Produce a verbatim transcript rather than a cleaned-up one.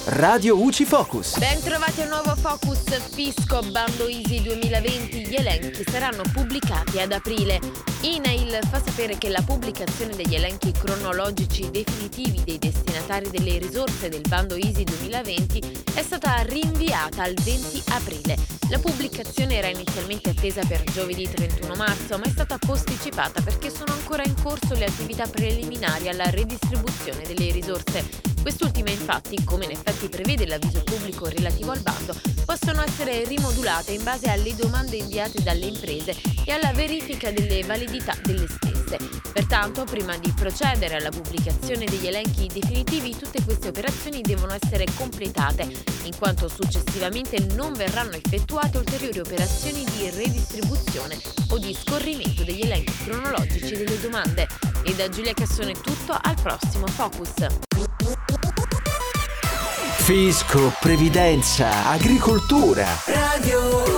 Radio U C I Focus. Ben trovati a un nuovo Focus Fisco Bando Easy duemilaventi. Gli elenchi saranno pubblicati ad aprile. I N A I L fa sapere che la pubblicazione degli elenchi cronologici definitivi dei destinatari delle risorse del Bando Easy duemilaventi è stata rinviata al venti aprile. La pubblicazione era inizialmente attesa per giovedì trentuno marzo, ma è stata posticipata perché sono ancora in corso le attività preliminari alla redistribuzione delle risorse. Quest'ultime, infatti, come in effetti prevede l'avviso pubblico relativo al bando, possono essere rimodulate in base alle domande inviate dalle imprese e alla verifica delle validità delle stesse. Pertanto, prima di procedere alla pubblicazione degli elenchi definitivi, tutte queste operazioni devono essere completate, in quanto successivamente non verranno effettuate ulteriori operazioni di redistribuzione o di scorrimento degli elenchi cronologici delle domande. E da Giulia Cassone è tutto, al prossimo Focus. Fisco, previdenza, agricoltura. Radio